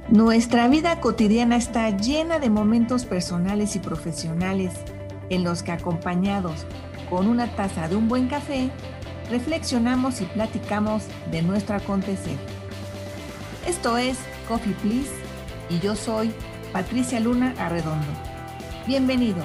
Nuestra vida cotidiana está llena de momentos personales y profesionales en los que, acompañados con una taza de un buen café, reflexionamos y platicamos de nuestro acontecer. Esto es Coffee Please y yo soy Patricia Luna Arredondo. Bienvenidos.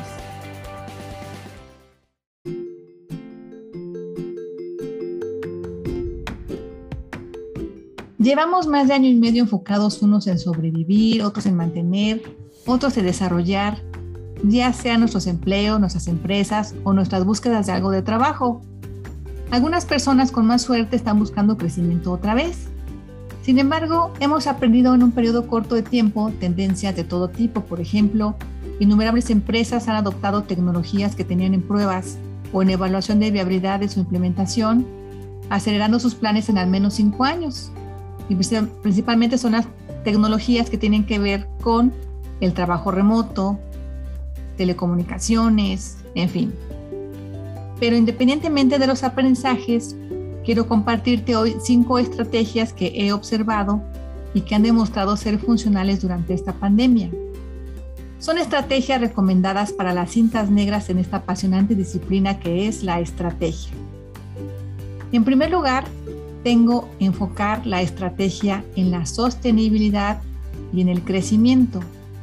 Llevamos más de año y medio enfocados unos en sobrevivir, otros en mantener, otros en desarrollar, ya sean nuestros empleos, nuestras empresas o nuestras búsquedas de algo de trabajo. Algunas personas con más suerte están buscando crecimiento otra vez. Sin embargo, hemos aprendido en un periodo corto de tiempo tendencias de todo tipo. Por ejemplo, innumerables empresas han adoptado tecnologías que tenían en pruebas o en evaluación de viabilidad de su implementación, acelerando sus planes en al menos 5 años. Y principalmente son las tecnologías que tienen que ver con el trabajo remoto, telecomunicaciones, en fin. Pero independientemente de los aprendizajes, quiero compartirte hoy 5 estrategias que he observado y que han demostrado ser funcionales durante esta pandemia. Son estrategias recomendadas para las cintas negras en esta apasionante disciplina que es la estrategia. En primer lugar, tengo que enfocar la estrategia en la sostenibilidad y en el crecimiento.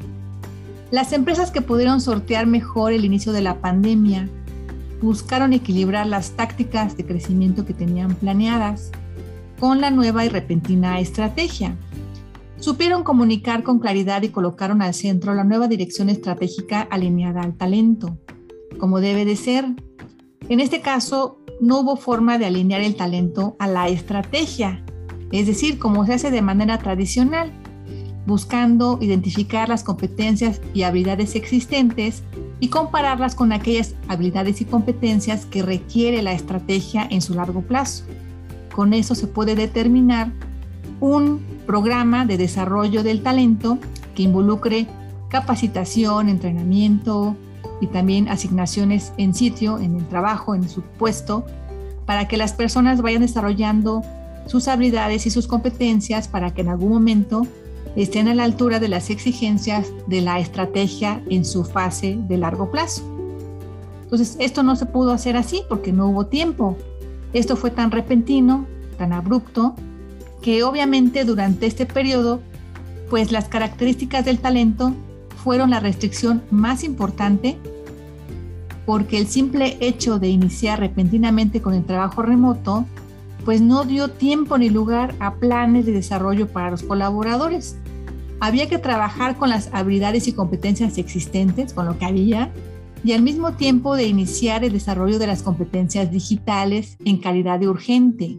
Las empresas que pudieron sortear mejor el inicio de la pandemia buscaron equilibrar las tácticas de crecimiento que tenían planeadas con la nueva y repentina estrategia. Supieron comunicar con claridad y colocaron al centro la nueva dirección estratégica alineada al talento, como debe de ser. En este caso, no hubo forma de alinear el talento a la estrategia, es decir, como se hace de manera tradicional, buscando identificar las competencias y habilidades existentes y compararlas con aquellas habilidades y competencias que requiere la estrategia en su largo plazo. Con eso se puede determinar un programa de desarrollo del talento que involucre capacitación, entrenamiento, y también asignaciones en sitio, en el trabajo, en su puesto, para que las personas vayan desarrollando sus habilidades y sus competencias para que en algún momento estén a la altura de las exigencias de la estrategia en su fase de largo plazo. Entonces, esto no se pudo hacer así porque no hubo tiempo. Esto fue tan repentino, tan abrupto, que obviamente durante este periodo, pues las características del talento fueron la restricción más importante, porque el simple hecho de iniciar repentinamente con el trabajo remoto pues no dio tiempo ni lugar a planes de desarrollo para los colaboradores. Había que trabajar con las habilidades y competencias existentes, con lo que había, y al mismo tiempo de iniciar el desarrollo de las competencias digitales en calidad de urgente.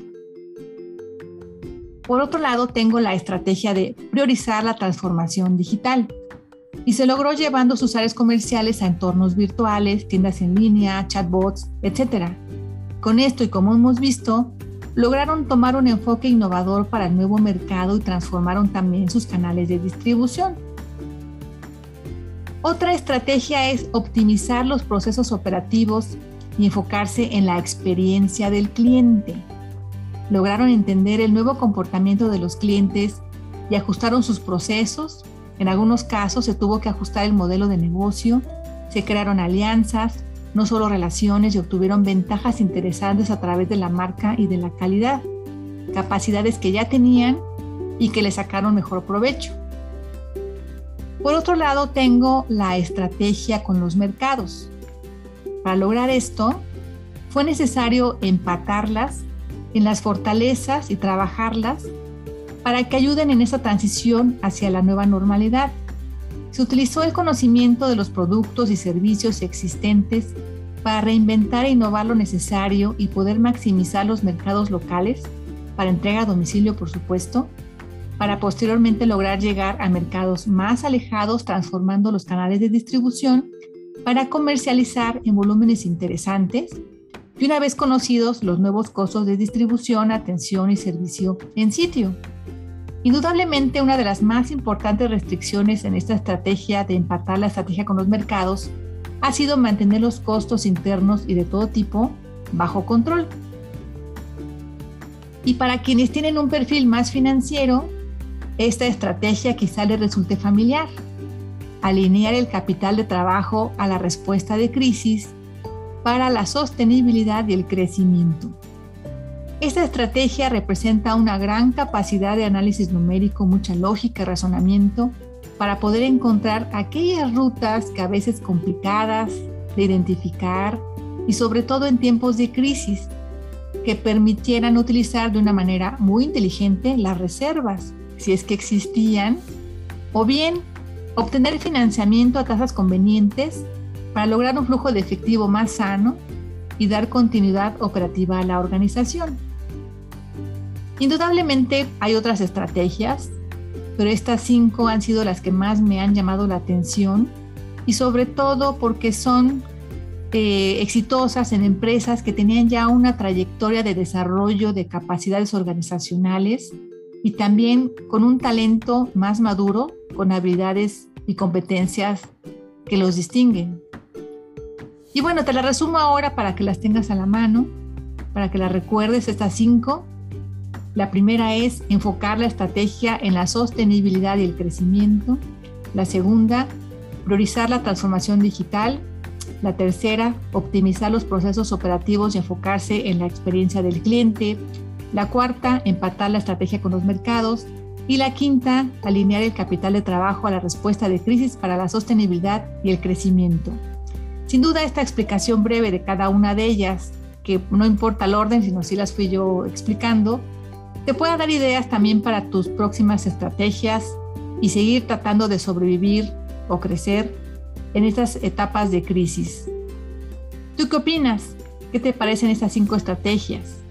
Por otro lado, tengo la estrategia de priorizar la transformación digital. Y se logró llevando sus áreas comerciales a entornos virtuales, tiendas en línea, chatbots, etc. Con esto y como hemos visto, lograron tomar un enfoque innovador para el nuevo mercado y transformaron también sus canales de distribución. Otra estrategia es optimizar los procesos operativos y enfocarse en la experiencia del cliente. Lograron entender el nuevo comportamiento de los clientes y ajustaron sus procesos. En algunos casos se tuvo que ajustar el modelo de negocio, se crearon alianzas, no solo relaciones, y obtuvieron ventajas interesantes a través de la marca y de la calidad, capacidades que ya tenían y que le sacaron mejor provecho. Por otro lado, tengo la estrategia con los mercados. Para lograr esto, fue necesario empatarlas en las fortalezas y trabajarlas para que ayuden en esa transición hacia la nueva normalidad. Se utilizó el conocimiento de los productos y servicios existentes para reinventar e innovar lo necesario y poder maximizar los mercados locales para entrega a domicilio, por supuesto, para posteriormente lograr llegar a mercados más alejados, transformando los canales de distribución para comercializar en volúmenes interesantes y una vez conocidos los nuevos costos de distribución, atención y servicio en sitio. Indudablemente, una de las más importantes restricciones en esta estrategia de empatar la estrategia con los mercados ha sido mantener los costos internos y de todo tipo bajo control. Y para quienes tienen un perfil más financiero, Esta estrategia quizá le resulte familiar: alinear el capital de trabajo a la respuesta de crisis para la sostenibilidad y el crecimiento. Esta estrategia representa una gran capacidad de análisis numérico, mucha lógica y razonamiento para poder encontrar aquellas rutas que a veces complicadas de identificar y sobre todo en tiempos de crisis que permitieran utilizar de una manera muy inteligente las reservas, si es que existían, o bien obtener financiamiento a tasas convenientes para lograr un flujo de efectivo más sano y dar continuidad operativa a la organización. Indudablemente hay otras estrategias, pero estas 5 han sido las que más me han llamado la atención y sobre todo porque son exitosas en empresas que tenían ya una trayectoria de desarrollo de capacidades organizacionales y también con un talento más maduro, con habilidades y competencias que los distinguen. Y bueno, te las resumo ahora para que las tengas a la mano, para que las recuerdes, estas 5. La primera es enfocar la estrategia en la sostenibilidad y el crecimiento. La segunda, priorizar la transformación digital. La tercera, optimizar los procesos operativos y enfocarse en la experiencia del cliente. La cuarta, empatar la estrategia con los mercados. Y la quinta, alinear el capital de trabajo a la respuesta de crisis para la sostenibilidad y el crecimiento. Sin duda, esta explicación breve de cada una de ellas, que no importa el orden, sino si las fui yo explicando, te puede dar ideas también para tus próximas estrategias y seguir tratando de sobrevivir o crecer en estas etapas de crisis. ¿Tú qué opinas? ¿Qué te parecen estas 5 estrategias?